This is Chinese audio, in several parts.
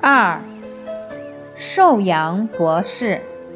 2. 寿阳博士。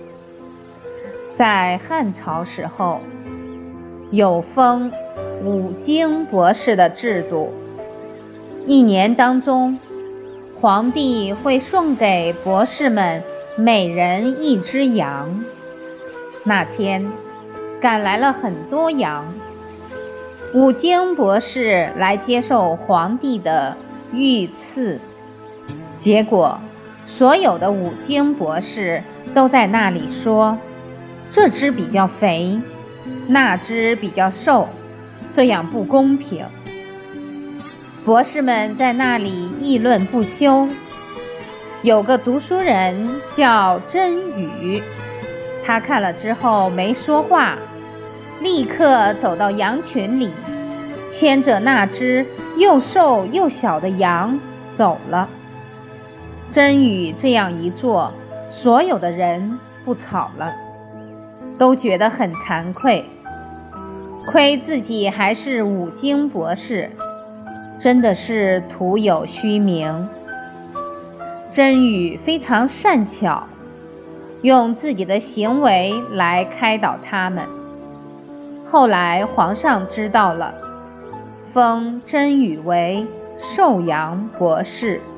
在汉朝时候，有封5经博士的制度。一年当中，皇帝会送给博士们每人1只羊。那天赶来了很多羊，5经博士来接受皇帝的御赐。结果所有的5经博士都在那里说，这只比较肥，那只比较瘦，这样不公平。博士们在那里议论不休。有个读书人叫甄宇，他看了之后没说话，立刻走到羊群里，牵着那只又瘦又小的羊走了。甄宇这样一做，所有的人不吵了，都觉得很惭愧，亏自己还是5经博士，真的是徒有虚名。甄宇非常善巧，用自己的行为来开导他们。后来皇上知道了，封甄宇为寿阳博士。